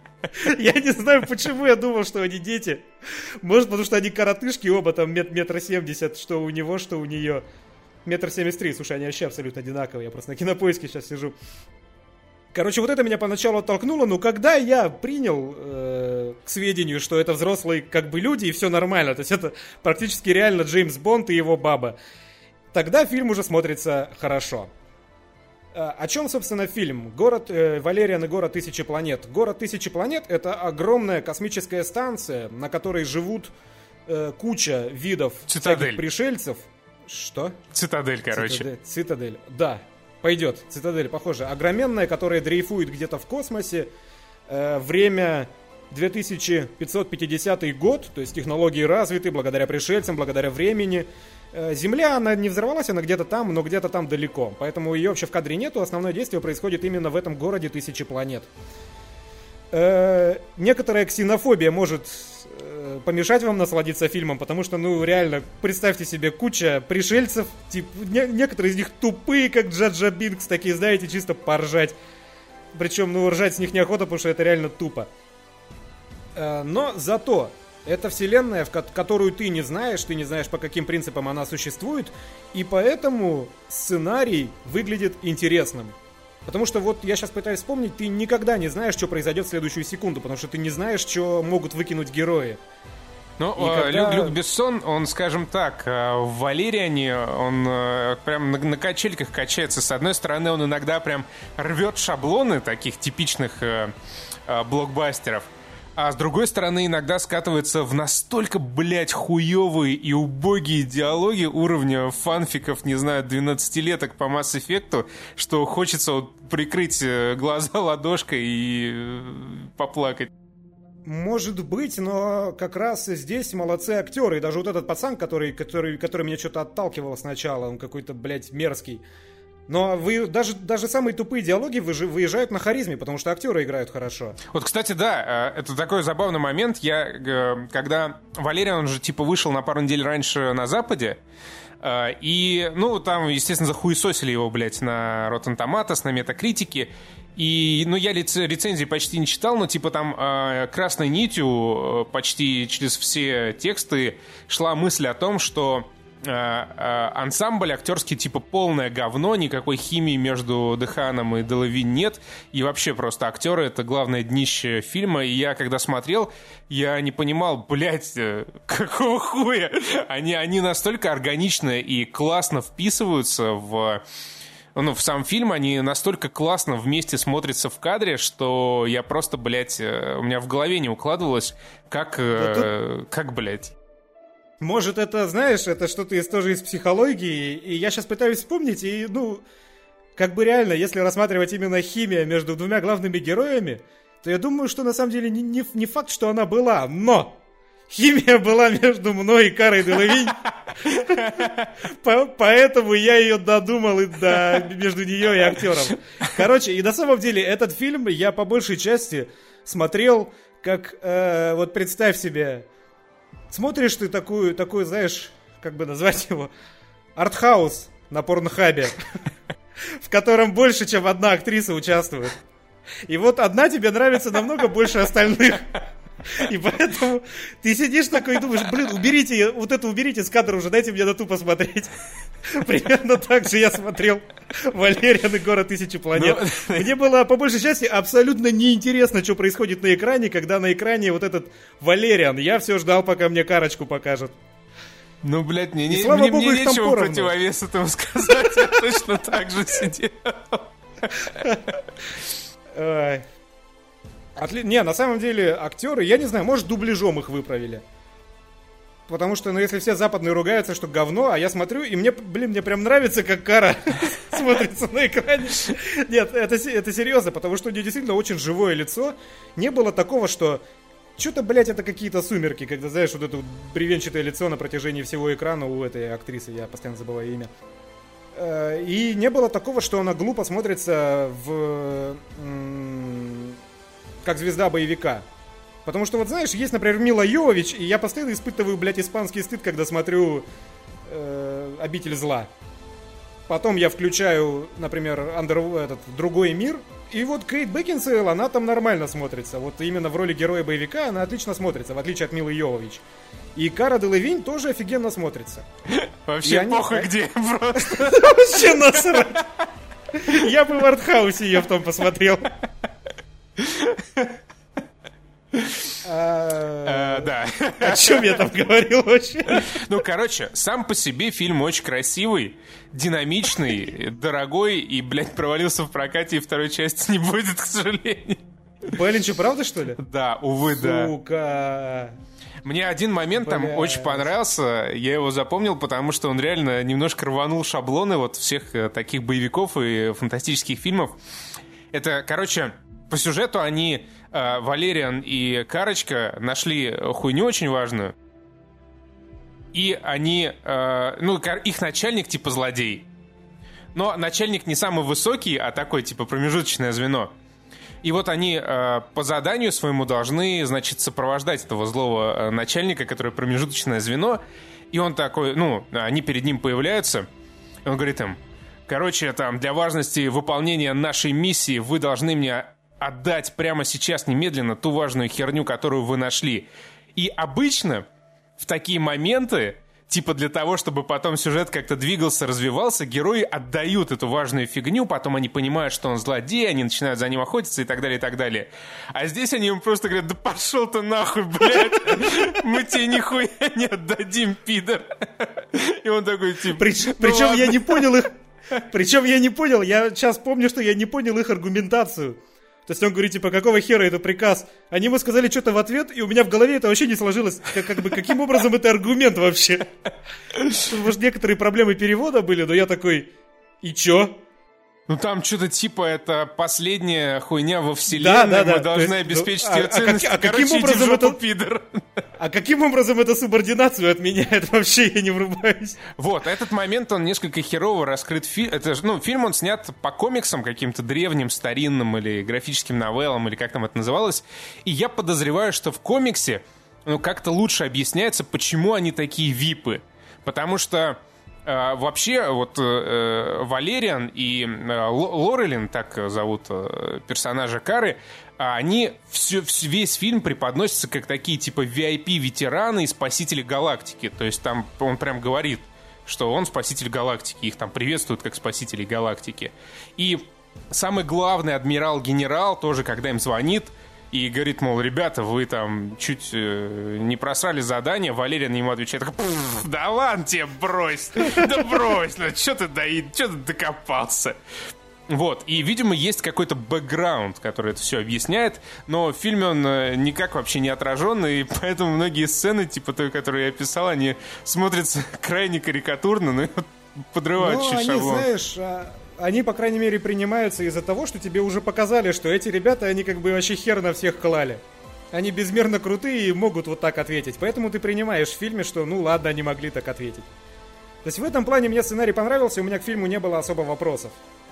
Я не знаю, почему я думал, что они дети. Может, потому что они коротышки оба, там мет- метр семьдесят, что у него, что у нее. Метр семьдесят три, слушай, они вообще абсолютно одинаковые. Я просто на Кинопоиске сейчас сижу. Короче, вот это меня поначалу оттолкнуло, но когда я принял э, к сведению, что это взрослые как бы люди и все нормально, то есть это практически реально Джеймс Бонд и его баба, тогда фильм уже смотрится хорошо. Э, О чем, собственно, фильм? Город э, Валериан и город Тысячи планет. Город Тысячи планет — это огромная космическая станция, на которой живут э, куча видов Цитадель. всяких пришельцев. Что? Цитадель, короче. Цитадель, Цитадель. Да, пойдет. Цитадель, похоже. Огроменная, которая дрейфует где-то в космосе. Э, время две тысячи пятьсот пятидесятый год, то есть технологии развиты благодаря пришельцам, благодаря времени. Э, Земля, она не взорвалась, она где-то там, но где-то там далеко. Поэтому ее вообще в кадре нету. Основное действие происходит именно в этом городе Тысячи планет. Э, некоторая ксенофобия может э, помешать вам насладиться фильмом, потому что, ну, реально, представьте себе, куча пришельцев, типа, не- некоторые из них тупые, как Джаджа Бинкс, такие, знаете, чисто поржать. Причем, ну, ржать с них неохота, потому что это реально тупо. Э, но зато это вселенная, в ко- которую ты не знаешь, ты не знаешь, по каким принципам она существует, и поэтому сценарий выглядит интересным. Потому что вот я сейчас пытаюсь вспомнить, ты никогда не знаешь, что произойдет в следующую секунду, потому что ты не знаешь, что могут выкинуть герои. Ну, И э, когда- Люк, Люк Бессон, он, скажем так, э, в Валериане, он э, прям на, на качельках качается. С одной стороны, он иногда прям рвет шаблоны таких типичных э, э, блокбастеров, а с другой стороны, иногда скатывается в настолько, блядь, хуёвые и убогие диалоги уровня фанфиков, не знаю, двенадцатилеток по Mass Effect'у, что хочется вот прикрыть э, глаза ладошкой и э, поплакать. Может быть, но как раз здесь молодцы актеры. И даже вот этот пацан, который, который, который меня что-то отталкивал сначала, он какой-то, блядь, мерзкий. Но вы, даже, даже самые тупые диалоги выезжают на харизме, потому что актеры играют хорошо. Вот, кстати, да, это такой забавный момент. Я, когда Валериан, он же типа вышел на пару недель раньше на Западе, и, ну, там, естественно, захуесосили его, блядь, на Rotten Tomatoes, на Метакритике. И, ну, я рецензии почти не читал, но, типа, там э, красной нитью почти через все тексты шла мысль о том, что э, э, ансамбль актерский, типа, полное говно, никакой химии между Деханом и Делавинь нет, и вообще просто актеры — это главное днище фильма, и я, когда смотрел, я не понимал, блядь, какого хуя? Они, они настолько органично и классно вписываются в... Ну, в сам фильм, они настолько классно вместе смотрятся в кадре, что я просто, блядь, у меня в голове не укладывалось, как, э, тут... как, блядь. Может, это, знаешь, это что-то из, тоже из психологии, и я сейчас пытаюсь вспомнить, и, ну, как бы реально, если рассматривать именно химия между двумя главными героями, то я думаю, что на самом деле не, не, не факт, что она была, но... Химия была между мной и Карой Делавинь, поэтому я ее додумал и до, между нее и актером. Короче, и на самом деле этот фильм я по большей части смотрел как, э, вот представь себе, смотришь ты такую, такую, знаешь, как бы назвать его, артхаус на Порнхабе, в котором больше, чем одна актриса участвует. И вот одна тебе нравится намного больше остальных. И поэтому ты сидишь такой и думаешь, блин, уберите, вот это уберите с кадра уже, дайте мне на ту посмотреть. Примерно так же я смотрел Валериан и Город Тысячи Планет. Но... Мне было, по большей части, абсолютно неинтересно, что происходит на экране, когда на экране вот этот Валериан. Я все ждал, пока мне Карочку покажут. Ну, блядь, мне, не, слава мне, богу, мне нечего поровну. Противовес этому сказать. Я точно так же сидел. Отли... Не, на самом деле актеры, я не знаю, может дубляжом их выправили. Потому что, ну, если все западные ругаются, что говно, а я смотрю, и мне, блин, мне прям нравится, как Кара смотрится на экране. Нет, это, это серьезно, потому что у нее действительно очень живое лицо. Не было такого, что что-то, блядь, это какие-то сумерки, когда, знаешь, вот это вот бревенчатое лицо на протяжении всего экрана у этой актрисы, я постоянно забываю имя. И не было такого, что она глупо смотрится в... как звезда боевика. Потому что, вот знаешь, есть, например, Мила Йовович, и я постоянно испытываю, блядь, испанский стыд, когда смотрю э, «Обитель зла». Потом я включаю, например, Under, этот, «Другой мир», и вот Кейт Бекинсейл, она там нормально смотрится. Вот именно в роли героя боевика она отлично смотрится, в отличие от Милы Йовович. И Кара Делавинь тоже офигенно смотрится. Вообще они... похуй где, просто. Вообще насрать. Я бы в артхаусе ее в том посмотрел. А, да. О чем я там говорил вообще? Ну, короче, сам по себе фильм очень красивый, динамичный, дорогой, и, блядь, провалился в прокате, и второй части не будет, к сожалению. Блин, что, правда, что ли? Да, увы, да. Сука. Мне один момент там Бля. очень понравился, я его запомнил, потому что он реально немножко рванул шаблоны вот всех таких боевиков и фантастических фильмов. Это, короче, по сюжету они, э, Валериан и Карочка, нашли хуйню очень важную. И они, э, ну, их начальник типа злодей. Но начальник не самый высокий, а такой типа промежуточное звено. И вот они э, по заданию своему должны, значит, сопровождать этого злого э, начальника, который промежуточное звено. И он такой, ну, они перед ним появляются. И он говорит им: короче, там, для важности выполнения нашей миссии вы должны мне отдать прямо сейчас, немедленно, ту важную херню, которую вы нашли. И обычно в такие моменты, типа для того, чтобы потом сюжет как-то двигался, развивался, герои отдают эту важную фигню, потом они понимают, что он злодей, они начинают за ним охотиться и так далее, и так далее. А здесь они ему просто говорят: да пошел ты нахуй, блядь, мы тебе нихуя не отдадим, пидор. И он такой, типа... Причем я не понял их... Причем я не понял, я сейчас помню, что я не понял их аргументацию. То есть он говорит, типа, какого хера это приказ? Они ему сказали что-то в ответ, и у меня в голове это вообще не сложилось. Как, как бы, каким образом это аргумент вообще? Может, некоторые проблемы перевода были, но я такой, и чё? Ну там что-то типа это последняя хуйня во вселенной, да, да, мы да. должны есть, обеспечить ну, ее а, ценность. А, а, Короче, каким образом это... пидор. А каким образом это субординацию отменяет? Вообще я не врубаюсь. Вот, этот момент, он несколько херово раскрыт. Фи... Это, ну, фильм, он снят по комиксам каким-то древним, старинным или графическим новеллам, или как там это называлось. И я подозреваю, что в комиксе ну, как-то лучше объясняется, почему они такие випы. Потому что э, вообще вот э, Валериан и э, Лорелин, так зовут э, персонажа Кары, они все, весь фильм преподносятся как такие типа ви ай пи-ветераны и спасители галактики. То есть там он прям говорит, что он спаситель галактики. Их там приветствуют как спасителей галактики. И самый главный адмирал-генерал тоже, когда им звонит и говорит, мол, ребята, вы там чуть э, не просрали задание, Валериан ему отвечает, да ладно тебе, брось, да брось, ну что ты, что ты докопался? Вот, и, видимо, есть какой-то бэкграунд, который это все объясняет, но в фильме он никак вообще не отражен, и поэтому многие сцены, типа той, которую я описал, они смотрятся крайне карикатурно, но подрывают ну, шаблон. Они, знаешь, они, по крайней мере, принимаются из-за того, что тебе уже показали, что эти ребята, они как бы вообще хер на всех клали. Они безмерно крутые и могут вот так ответить, поэтому ты принимаешь в фильме, что ну ладно, они могли так ответить. То есть в этом плане мне сценарий понравился, у меня к фильму не было особо вопросов.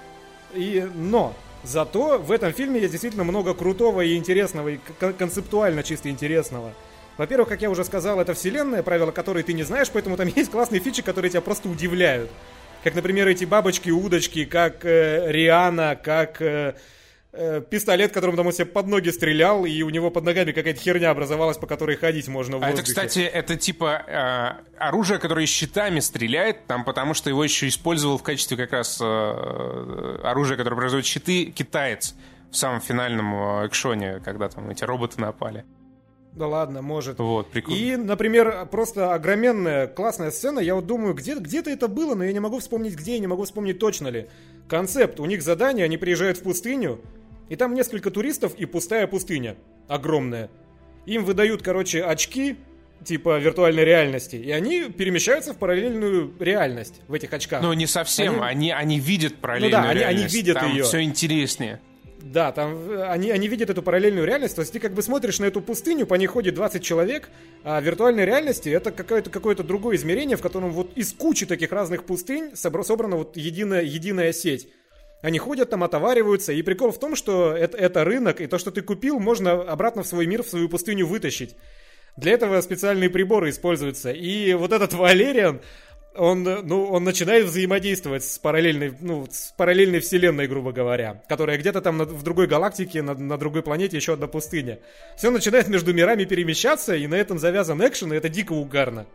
И, но зато в этом фильме есть действительно много крутого и интересного, и концептуально чисто интересного. Во-первых, как я уже сказал, это вселенная, правила которой ты не знаешь, поэтому там есть классные фичи, которые тебя просто удивляют. Как, например, эти бабочки-удочки, как э, Риана, как э, э, пистолет, которым там он себе под ноги стрелял, и у него под ногами какая-то херня образовалась, по которой ходить можно в воздухе. А это, кстати, это типа э, оружие, которое щитами стреляет, там, потому что его еще использовал в качестве как раз э, оружия, которое производит щиты, китаец в самом финальном экшоне, когда там эти роботы напали. Да ладно, может. Вот, прикольно. И, например, просто огроменная классная сцена, я вот думаю, где, где-то это было, но я не могу вспомнить где, я не могу вспомнить точно ли. Концепт, у них задание, они приезжают в пустыню, и там несколько туристов и пустая пустыня, огромная. Им выдают, короче, очки, типа виртуальной реальности, и они перемещаются в параллельную реальность в этих очках. Ну, не совсем, они, они, они видят параллельную ну, да, реальность. Они, они видят там ее. Все интереснее. Да, там они, они видят эту параллельную реальность, то есть ты как бы смотришь на эту пустыню, по ней ходит двадцать человек, а в виртуальной реальности это какое-то, какое-то другое измерение, в котором вот из кучи таких разных пустынь собрана вот единая, единая сеть. Они ходят там, отовариваются, и прикол в том, что это, это рынок, и то, что ты купил, можно обратно в свой мир, в свою пустыню вытащить. Для этого специальные приборы используются, и вот этот Валериан... Он, ну, он начинает взаимодействовать с параллельной, ну, с параллельной вселенной, грубо говоря, которая где-то там на, в другой галактике, на, на другой планете еще одна пустыня. Все начинает между мирами перемещаться, и на этом завязан экшен, и это дико угарно.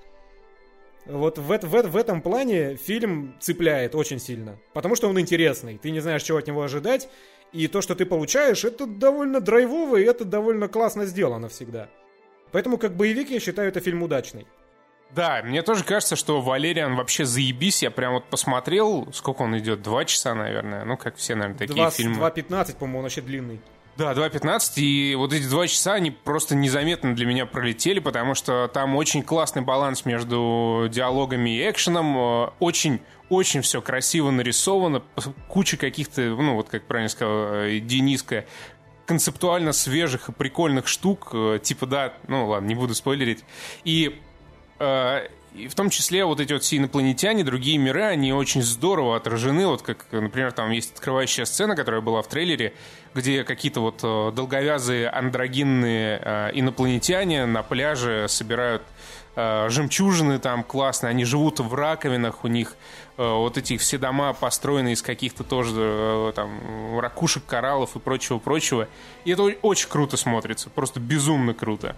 Вот в, в, в этом плане фильм цепляет очень сильно, потому что он интересный, ты не знаешь, чего от него ожидать, и то, что ты получаешь, это довольно драйвово, и это довольно классно сделано всегда. Поэтому как боевик я считаю, это фильм удачный. Да, мне тоже кажется, что Валериан вообще заебись. Я прям вот посмотрел, сколько он идет, два часа, наверное. Ну, как все, наверное, такие два, фильмы. два пятнадцать, по-моему, он вообще длинный. Да, два пятнадцать, и вот эти два часа, они просто незаметно для меня пролетели, потому что там очень классный баланс между диалогами и экшеном. Очень, очень все красиво нарисовано. Куча каких-то, ну, вот как правильно сказал Дениска, концептуально свежих и прикольных штук. Типа, да, ну ладно, не буду спойлерить. И... И в том числе вот эти вот все инопланетяне, другие миры, они очень здорово отражены. Вот как, например, там есть открывающая сцена, которая была в трейлере, где какие-то вот долговязые андрогинные инопланетяне на пляже собирают жемчужины там классные, они живут в раковинах, у них вот эти все дома построены из каких-то тоже там ракушек, кораллов и прочего-прочего. И это очень круто смотрится, просто безумно круто.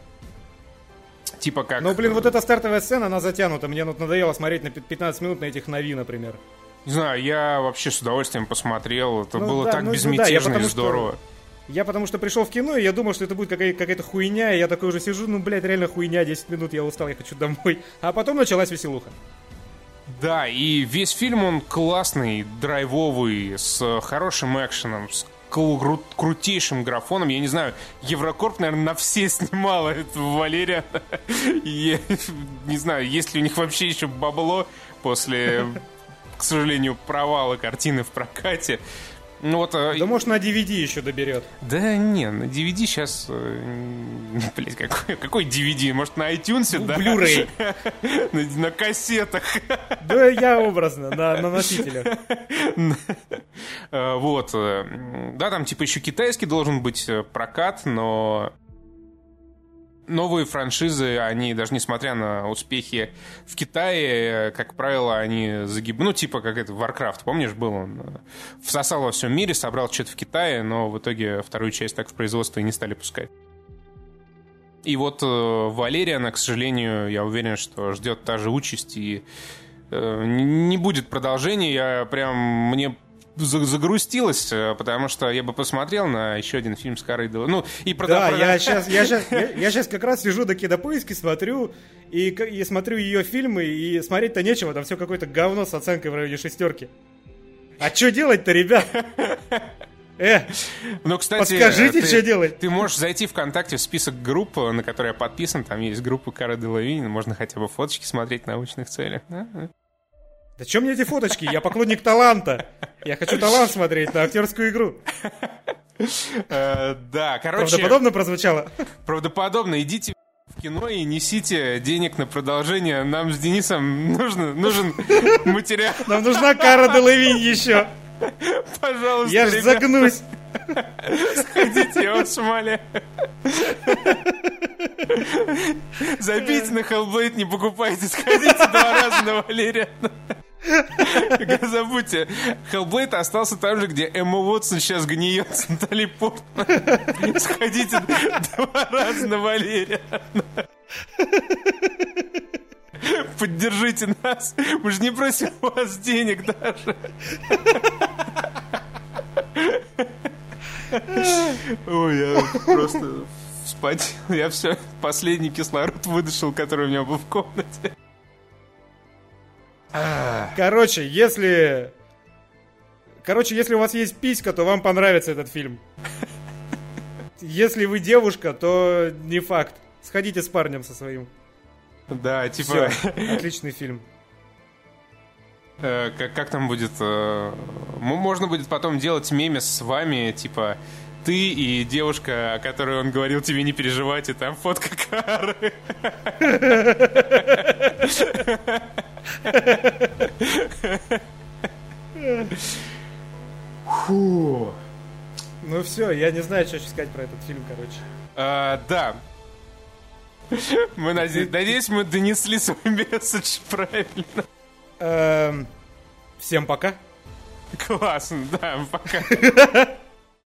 Типа как... Ну, блин, вот эта стартовая сцена, она затянута. Мне вот надоело смотреть на пятнадцать минут на этих Нави, например. Не знаю, я вообще с удовольствием посмотрел. Это ну, было да, так ну, безмятежно ну, да, и здорово. Что... Я потому что пришел в кино, и я думал, что это будет какая- какая-то хуйня, и я такой уже сижу, ну, блядь, реально хуйня, десять минут, я устал, я хочу домой. А потом началась веселуха. Да, и весь фильм, он классный, драйвовый, с хорошим экшеном, с кру- крутейшим графоном. Я не знаю, Еврокорп, наверное, на все снимал этого Валерия. Я не знаю, есть ли у них вообще еще бабло после к сожалению, провала картины в прокате. Ну, вот, да, э... может, на ди ви ди еще доберет. Да не, на ди ви ди сейчас... Блять, какой, какой ди ви ди? Может, на iTunes, ну, да? Blu-ray. на, на кассетах. Да, я образно, на, на носителях. Вот. Да, там типа еще китайский должен быть прокат, но... Новые франшизы, они даже несмотря на успехи в Китае, как правило, они загибают. Ну, типа как это Warcraft, помнишь, был он? Всосал во всем мире, собрал что-то в Китае, но в итоге вторую часть так в производство и не стали пускать. И вот Валерия, она, к сожалению, я уверен, что ждет та же участь, и э, не будет продолжения. Я прям, мне загрустилось, потому что я бы посмотрел на еще один фильм с Карой Делавинь. Ну, и про... Да, про... я сейчас, я, сейчас, я, я сейчас как раз сижу до Кинопоиски, смотрю, и, и смотрю ее фильмы, и смотреть-то нечего, там все какое-то говно с оценкой в районе шестерки. А что делать-то, ребят? Э, ну, кстати, подскажите, ты, что делать. Ты можешь зайти ВКонтакте в список групп, на которые я подписан, там есть группа Кара Делавинь, можно хотя бы фоточки смотреть в научных целях. Да, да что мне эти фоточки? Я поклонник таланта. Я хочу талант смотреть на актерскую игру. Да, короче... Правдоподобно прозвучало? Правдоподобно. Идите в кино и несите денег на продолжение. Нам с Денисом нужно, нужен материал. Нам нужна Кара Делавинь еще. Пожалуйста, я ж ребята. загнусь. Сходите, я вас умоляю. Забейте на Hellblade, не покупайте. Сходите два раза на Валерия. Забудьте, Hellblade остался там же, где Эмма Уотсон сейчас гниет с Натали Портман. Сходите два раза на Валерия. Поддержите нас. Мы же не просим у вас денег даже. Ой, я просто вспотел. Я все, последний кислород выдышал, который у меня был в комнате. Короче, если... Короче, если у вас есть писька, то вам понравится этот фильм. Если вы девушка, то не факт. Сходите с парнем со своим. Да, типа... Всё, отличный фильм. Э, как, как там будет... Э, можно будет потом делать меме с вами, типа... Ты и девушка, о которой он говорил тебе не переживать, и там фотка Кары. Фу. Ну все, я не знаю, что сказать про этот фильм, короче. А, да. Мы наде... Надеюсь, мы донесли свой месседж правильно. Эм, всем пока. Классно, да, пока.